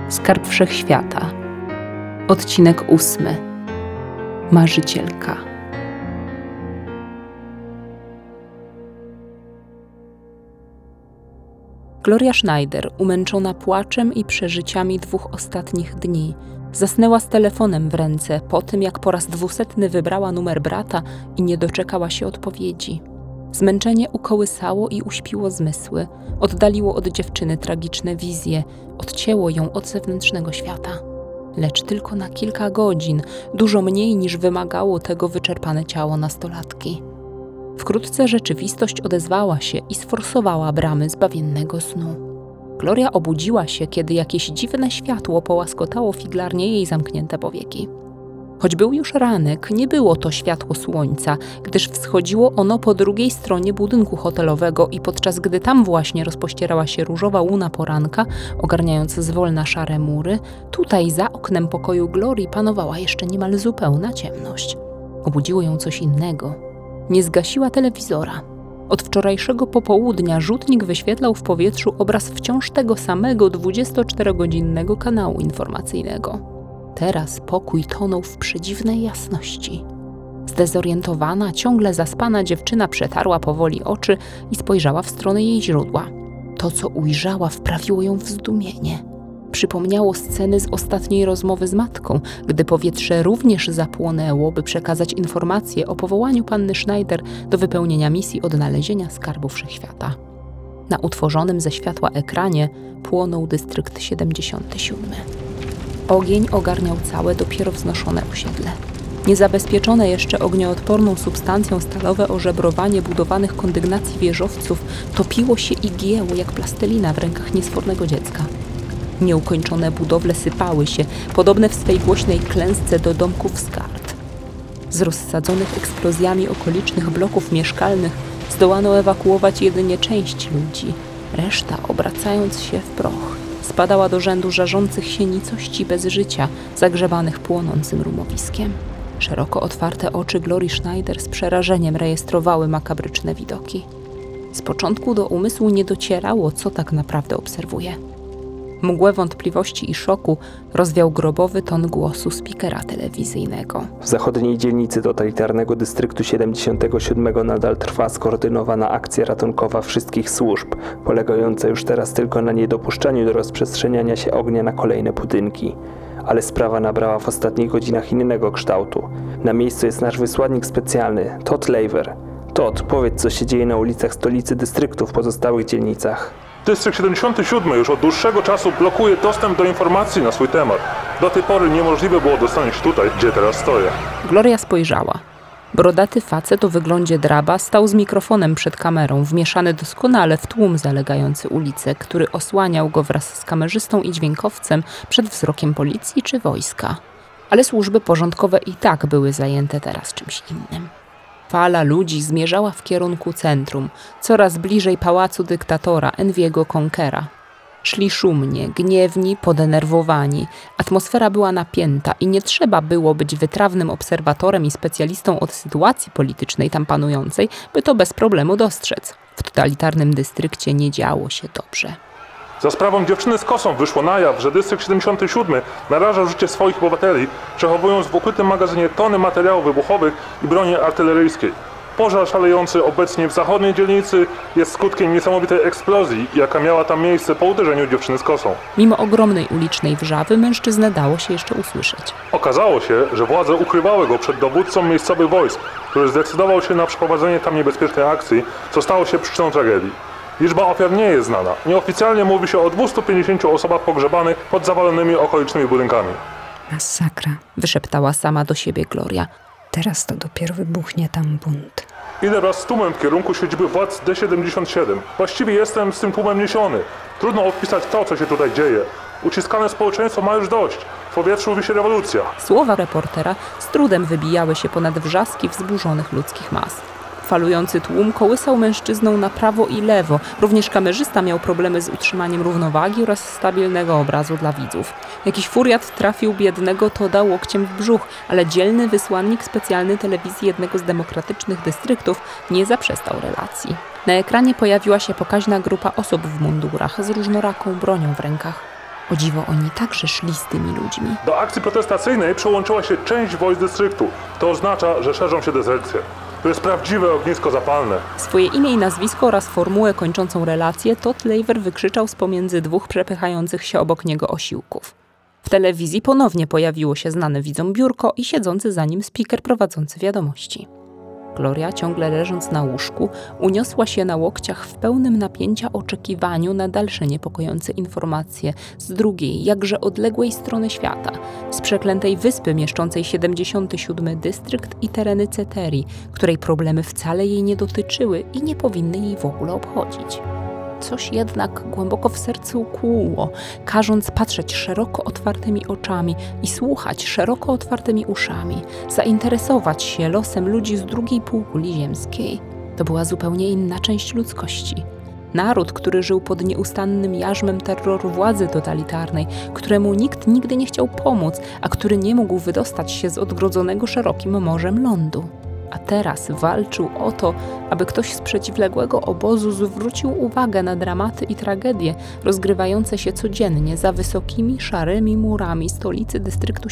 Skarb Wszechświata. Odcinek 8. Marzycielka. Gloria Schneider, umęczona płaczem i przeżyciami 2 ostatnich dni, zasnęła z telefonem w ręce po tym, jak po raz 200 wybrała numer brata i nie doczekała się odpowiedzi. Zmęczenie ukołysało i uśpiło zmysły, oddaliło od dziewczyny tragiczne wizje, odcięło ją od zewnętrznego świata. Lecz tylko na kilka godzin, dużo mniej niż wymagało tego wyczerpane ciało nastolatki. Wkrótce rzeczywistość odezwała się i sforsowała bramy zbawiennego snu. Gloria obudziła się, kiedy jakieś dziwne światło połaskotało figlarnie jej zamknięte powieki. Choć był już ranek, nie było to światło słońca, gdyż wschodziło ono po drugiej stronie budynku hotelowego i podczas gdy tam właśnie rozpościerała się różowa łuna poranka, ogarniając zwolna szare mury, tutaj za oknem pokoju Glorii panowała jeszcze niemal zupełna ciemność. Obudziło ją coś innego. Nie zgasiła telewizora. Od wczorajszego popołudnia rzutnik wyświetlał w powietrzu obraz wciąż tego samego 24-godzinnego kanału informacyjnego. Teraz pokój tonął w przedziwnej jasności. Zdezorientowana, ciągle zaspana dziewczyna przetarła powoli oczy i spojrzała w stronę jej źródła. To, co ujrzała, wprawiło ją w zdumienie. Przypomniało sceny z ostatniej rozmowy z matką, gdy powietrze również zapłonęło, by przekazać informacje o powołaniu panny Schneider do wypełnienia misji odnalezienia skarbu Wszechświata. Na utworzonym ze światła ekranie płonął dystrykt 77. Ogień ogarniał całe, dopiero wznoszone osiedle. Niezabezpieczone jeszcze ognioodporną substancją stalowe ożebrowanie budowanych kondygnacji wieżowców topiło się i gięło jak plastelina w rękach niesfornego dziecka. Nieukończone budowle sypały się, podobne w swej głośnej klęsce do domków z kart. Z rozsadzonych eksplozjami okolicznych bloków mieszkalnych zdołano ewakuować jedynie część ludzi. Reszta, obracając się w proch, spadała do rzędu żarzących się nicości bez życia, zagrzebanych płonącym rumowiskiem. Szeroko otwarte oczy Glorii Schneider z przerażeniem rejestrowały makabryczne widoki. Z początku do umysłu nie docierało, co tak naprawdę obserwuje. Mgłę wątpliwości i szoku rozwiał grobowy ton głosu spikera telewizyjnego. W zachodniej dzielnicy totalitarnego dystryktu 77 nadal trwa skoordynowana akcja ratunkowa wszystkich służb, polegająca już teraz tylko na niedopuszczaniu do rozprzestrzeniania się ognia na kolejne budynki. Ale sprawa nabrała w ostatnich godzinach innego kształtu. Na miejscu jest nasz wysłannik specjalny, Todd Laver. Todd, powiedz, co się dzieje na ulicach stolicy dystryktu w pozostałych dzielnicach. Dystrykt 77 już od dłuższego czasu blokuje dostęp do informacji na swój temat. Do tej pory niemożliwe było dostać się tutaj, gdzie teraz stoję. Gloria spojrzała. Brodaty facet o wyglądzie draba stał z mikrofonem przed kamerą, wmieszany doskonale w tłum zalegający ulicę, który osłaniał go wraz z kamerzystą i dźwiękowcem przed wzrokiem policji czy wojska. Ale służby porządkowe i tak były zajęte teraz czymś innym. Fala ludzi zmierzała w kierunku centrum, coraz bliżej pałacu dyktatora Enviego Conkera. Szli szumnie, gniewni, podenerwowani. Atmosfera była napięta i nie trzeba było być wytrawnym obserwatorem i specjalistą od sytuacji politycznej tam panującej, by to bez problemu dostrzec. W totalitarnym dystrykcie nie działo się dobrze. Za sprawą dziewczyny z kosą wyszło na jaw, że dystrykt 77 naraża życie swoich obywateli, przechowując w ukrytym magazynie tony materiałów wybuchowych i broni artyleryjskiej. Pożar szalejący obecnie w zachodniej dzielnicy jest skutkiem niesamowitej eksplozji, jaka miała tam miejsce po uderzeniu dziewczyny z kosą. Mimo ogromnej ulicznej wrzawy mężczyznę dało się jeszcze usłyszeć. Okazało się, że władze ukrywały go przed dowódcą miejscowych wojsk, który zdecydował się na przeprowadzenie tam niebezpiecznej akcji, co stało się przyczyną tragedii. Liczba ofiar nie jest znana. Nieoficjalnie mówi się o 250 osobach pogrzebanych pod zawalonymi okolicznymi budynkami. Masakra. Wyszeptała sama do siebie Gloria. Teraz to dopiero wybuchnie tam bunt. Idę wraz z tłumem w kierunku siedziby władz D77. Właściwie jestem z tym tłumem niesiony. Trudno opisać to, co się tutaj dzieje. Uciskane społeczeństwo ma już dość. W powietrzu wisi rewolucja. Słowa reportera z trudem wybijały się ponad wrzaski wzburzonych ludzkich mas. Falujący tłum kołysał mężczyzną na prawo i lewo. Również kamerzysta miał problemy z utrzymaniem równowagi oraz stabilnego obrazu dla widzów. Jakiś furiat trafił biednego Todda łokciem w brzuch, ale dzielny wysłannik specjalny telewizji jednego z demokratycznych dystryktów nie zaprzestał relacji. Na ekranie pojawiła się pokaźna grupa osób w mundurach z różnoraką bronią w rękach. O dziwo, oni także szli z tymi ludźmi. Do akcji protestacyjnej przyłączyła się część wojsk dystryktu. To oznacza, że szerzą się dezercje. To jest prawdziwe ognisko zapalne. Swoje imię i nazwisko oraz formułę kończącą relację Todd Laver wykrzyczał z pomiędzy dwóch przepychających się obok niego osiłków. W telewizji ponownie pojawiło się znane widzom biurko i siedzący za nim spiker prowadzący wiadomości. Gloria, ciągle leżąc na łóżku, uniosła się na łokciach w pełnym napięcia oczekiwaniu na dalsze niepokojące informacje z drugiej, jakże odległej strony świata, z przeklętej wyspy mieszczącej 77. dystrykt i tereny Ceterii, której problemy wcale jej nie dotyczyły i nie powinny jej w ogóle obchodzić. Coś jednak głęboko w sercu kłuło, każąc patrzeć szeroko otwartymi oczami i słuchać szeroko otwartymi uszami, zainteresować się losem ludzi z drugiej półkuli ziemskiej. To była zupełnie inna część ludzkości. Naród, który żył pod nieustannym jarzmem terroru władzy totalitarnej, któremu nikt nigdy nie chciał pomóc, a który nie mógł wydostać się z odgrodzonego szerokim morzem lądu. A teraz walczył o to, aby ktoś z przeciwległego obozu zwrócił uwagę na dramaty i tragedie rozgrywające się codziennie za wysokimi, szarymi murami stolicy dystryktu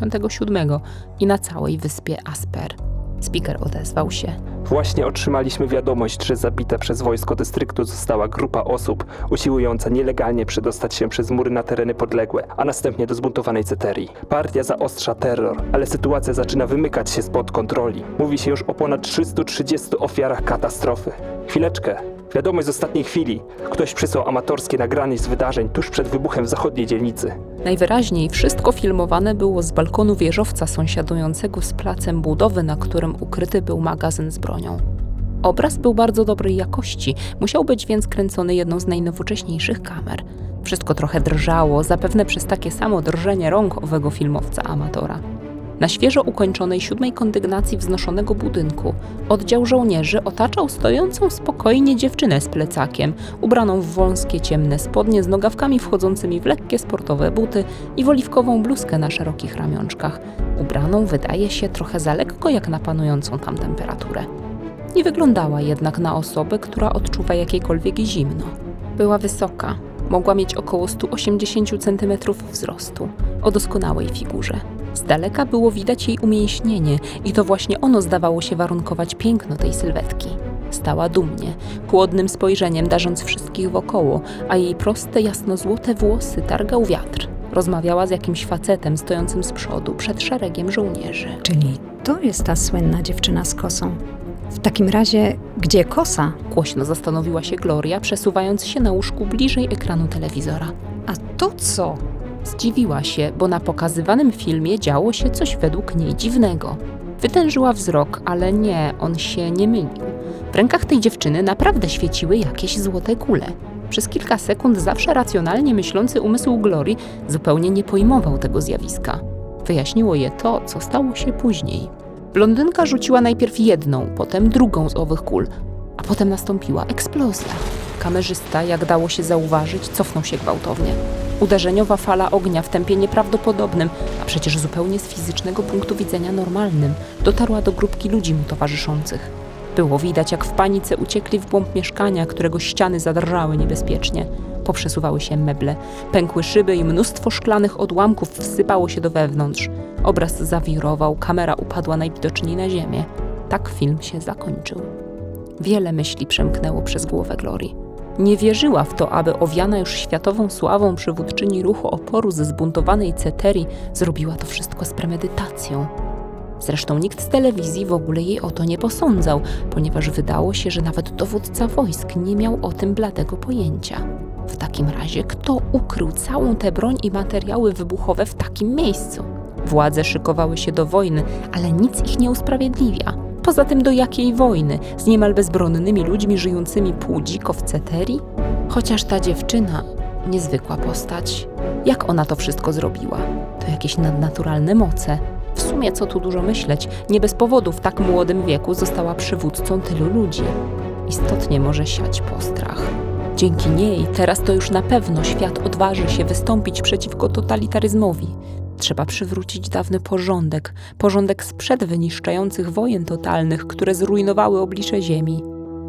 77 i na całej wyspie Asper. Speaker odezwał się. Właśnie otrzymaliśmy wiadomość, że zabita przez wojsko dystryktu została grupa osób usiłująca nielegalnie przedostać się przez mury na tereny podległe, a następnie do zbuntowanej Ceterii. Partia zaostrza terror, ale sytuacja zaczyna wymykać się spod kontroli. Mówi się już o ponad 330 ofiarach katastrofy. Chwileczkę. Wiadomość z ostatniej chwili. Ktoś przysłał amatorskie nagranie z wydarzeń tuż przed wybuchem w zachodniej dzielnicy. Najwyraźniej wszystko filmowane było z balkonu wieżowca sąsiadującego z placem budowy, na którym ukryty był magazyn z bronią. Obraz był bardzo dobrej jakości, musiał być więc kręcony jedną z najnowocześniejszych kamer. Wszystko trochę drżało, zapewne przez takie samo drżenie rąk owego filmowca amatora. Na świeżo ukończonej 7. kondygnacji wznoszonego budynku oddział żołnierzy otaczał stojącą spokojnie dziewczynę z plecakiem, ubraną w wąskie ciemne spodnie z nogawkami wchodzącymi w lekkie sportowe buty i w oliwkową bluzkę na szerokich ramionczkach. Ubraną, wydaje się, trochę za lekko jak na panującą tam temperaturę. Nie wyglądała jednak na osobę, która odczuwa jakiekolwiek zimno. Była wysoka, mogła mieć około 180 cm wzrostu, o doskonałej figurze. Z daleka było widać jej umięśnienie i to właśnie ono zdawało się warunkować piękno tej sylwetki. Stała dumnie, chłodnym spojrzeniem darząc wszystkich wokoło, a jej proste, jasnozłote włosy targał wiatr. Rozmawiała z jakimś facetem stojącym z przodu przed szeregiem żołnierzy. Czyli to jest ta słynna dziewczyna z kosą. W takim razie, gdzie kosa? Głośno zastanowiła się Gloria, przesuwając się na łóżku bliżej ekranu telewizora. A to co? Zdziwiła się, bo na pokazywanym filmie działo się coś według niej dziwnego. Wytężyła wzrok, ale nie, on się nie mylił. W rękach tej dziewczyny naprawdę świeciły jakieś złote kule. Przez kilka sekund zawsze racjonalnie myślący umysł Glorii zupełnie nie pojmował tego zjawiska. Wyjaśniło je to, co stało się później. Blondynka rzuciła najpierw jedną, potem drugą z owych kul, a potem nastąpiła eksplozja. Kamerzysta, jak dało się zauważyć, cofnął się gwałtownie. Uderzeniowa fala ognia w tempie nieprawdopodobnym, a przecież zupełnie z fizycznego punktu widzenia normalnym, dotarła do grupki ludzi mu towarzyszących. Było widać, jak w panice uciekli w głąb mieszkania, którego ściany zadrżały niebezpiecznie. Poprzesuwały się meble, pękły szyby i mnóstwo szklanych odłamków wsypało się do wewnątrz. Obraz zawirował, kamera upadła najwidoczniej na ziemię. Tak film się zakończył. Wiele myśli przemknęło przez głowę Glorii. Nie wierzyła w to, aby owiana już światową sławą przywódczyni ruchu oporu ze zbuntowanej Ceterii zrobiła to wszystko z premedytacją. Zresztą nikt z telewizji w ogóle jej o to nie posądzał, ponieważ wydało się, że nawet dowódca wojsk nie miał o tym bladego pojęcia. W takim razie kto ukrył całą tę broń i materiały wybuchowe w takim miejscu? Władze szykowały się do wojny, ale nic ich nie usprawiedliwia. Poza tym do jakiej wojny? Z niemal bezbronnymi ludźmi żyjącymi pół dziko w Ceterii? Chociaż ta dziewczyna, niezwykła postać, jak ona to wszystko zrobiła? To jakieś nadnaturalne moce. W sumie co tu dużo myśleć, nie bez powodu w tak młodym wieku została przywódcą tylu ludzi. Istotnie może siać postrach. Dzięki niej teraz to już na pewno świat odważy się wystąpić przeciwko totalitaryzmowi. Trzeba przywrócić dawny porządek sprzed wyniszczających wojen totalnych, które zrujnowały oblicze ziemi.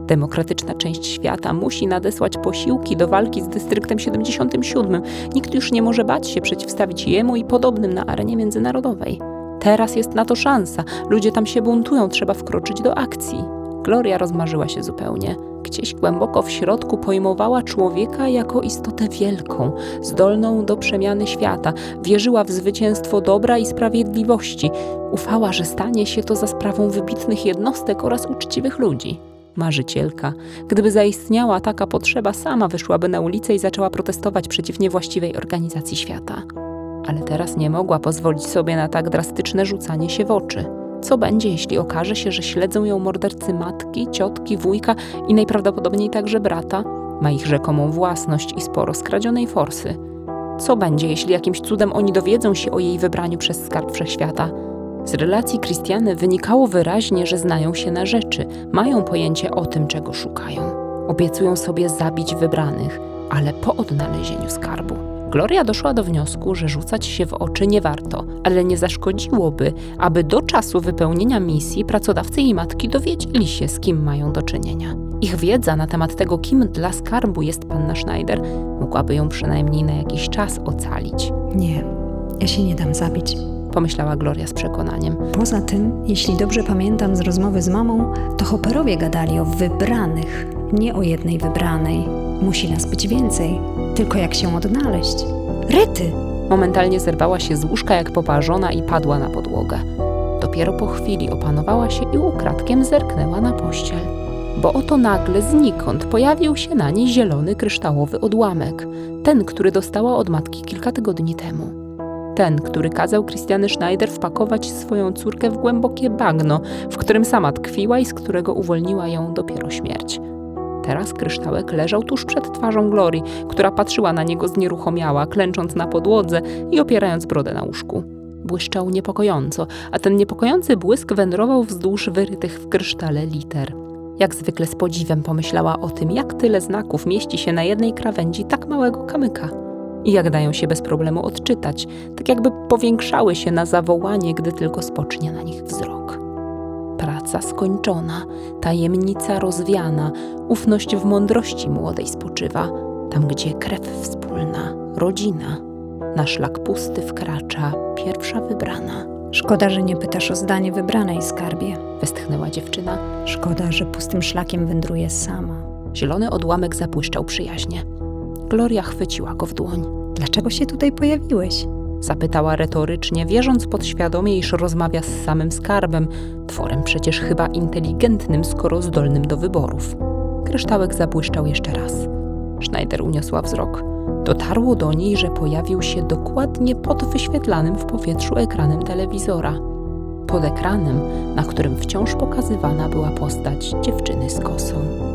Demokratyczna część świata musi nadesłać posiłki do walki z Dystryktem 77. Nikt już nie może bać się przeciwstawić jemu i podobnym na arenie międzynarodowej. Teraz jest na to szansa. Ludzie tam się buntują, trzeba wkroczyć do akcji. Gloria rozmarzyła się zupełnie. Gdzieś głęboko w środku pojmowała człowieka jako istotę wielką, zdolną do przemiany świata. Wierzyła w zwycięstwo dobra i sprawiedliwości. Ufała, że stanie się to za sprawą wybitnych jednostek oraz uczciwych ludzi. Marzycielka. Gdyby zaistniała taka potrzeba, sama wyszłaby na ulicę i zaczęła protestować przeciw niewłaściwej organizacji świata. Ale teraz nie mogła pozwolić sobie na tak drastyczne rzucanie się w oczy. Co będzie, jeśli okaże się, że śledzą ją mordercy matki, ciotki, wujka i najprawdopodobniej także brata? Ma ich rzekomą własność i sporo skradzionej forsy. Co będzie, jeśli jakimś cudem oni dowiedzą się o jej wybraniu przez skarb wszechświata? Z relacji Christiany wynikało wyraźnie, że znają się na rzeczy, mają pojęcie o tym, czego szukają. Obiecują sobie zabić wybranych, ale po odnalezieniu skarbu. Gloria doszła do wniosku, że rzucać się w oczy nie warto, ale nie zaszkodziłoby, aby do czasu wypełnienia misji pracodawcy i matki dowiedzieli się, z kim mają do czynienia. Ich wiedza na temat tego, kim dla skarbu jest panna Schneider, mogłaby ją przynajmniej na jakiś czas ocalić. Nie, ja się nie dam zabić. Pomyślała Gloria z przekonaniem. Poza tym, jeśli dobrze pamiętam z rozmowy z mamą, to Hopperowie gadali o wybranych, nie o jednej wybranej. Musi nas być więcej, tylko jak się odnaleźć? Rety! Momentalnie zerwała się z łóżka jak poparzona i padła na podłogę. Dopiero po chwili opanowała się i ukradkiem zerknęła na pościel. Bo oto nagle znikąd pojawił się na niej zielony kryształowy odłamek. Ten, który dostała od matki kilka tygodni temu. Ten, który kazał Christiany Schneider wpakować swoją córkę w głębokie bagno, w którym sama tkwiła i z którego uwolniła ją dopiero śmierć. Teraz kryształek leżał tuż przed twarzą Glorii, która patrzyła na niego znieruchomiała, klęcząc na podłodze i opierając brodę na łóżku. Błyszczał niepokojąco, a ten niepokojący błysk wędrował wzdłuż wyrytych w krysztale liter. Jak zwykle z podziwem pomyślała o tym, jak tyle znaków mieści się na jednej krawędzi tak małego kamyka. I jak dają się bez problemu odczytać, tak jakby powiększały się na zawołanie, gdy tylko spocznie na nich wzrok. Praca skończona, tajemnica rozwiana, ufność w mądrości młodej spoczywa, tam gdzie krew wspólna, rodzina. Na szlak pusty wkracza pierwsza wybrana. Szkoda, że nie pytasz o zdanie wybranej, skarbie. Westchnęła dziewczyna. Szkoda, że pustym szlakiem wędruje sama. Zielony odłamek zabłyszczał przyjaźnie. Gloria chwyciła go w dłoń. Dlaczego się tutaj pojawiłeś? Zapytała retorycznie, wierząc podświadomie, iż rozmawia z samym skarbem, tworem przecież chyba inteligentnym, skoro zdolnym do wyborów. Kryształek zabłyszczał jeszcze raz. Schneider uniosła wzrok. Dotarło do niej, że pojawił się dokładnie pod wyświetlanym w powietrzu ekranem telewizora. Pod ekranem, na którym wciąż pokazywana była postać dziewczyny z kosą.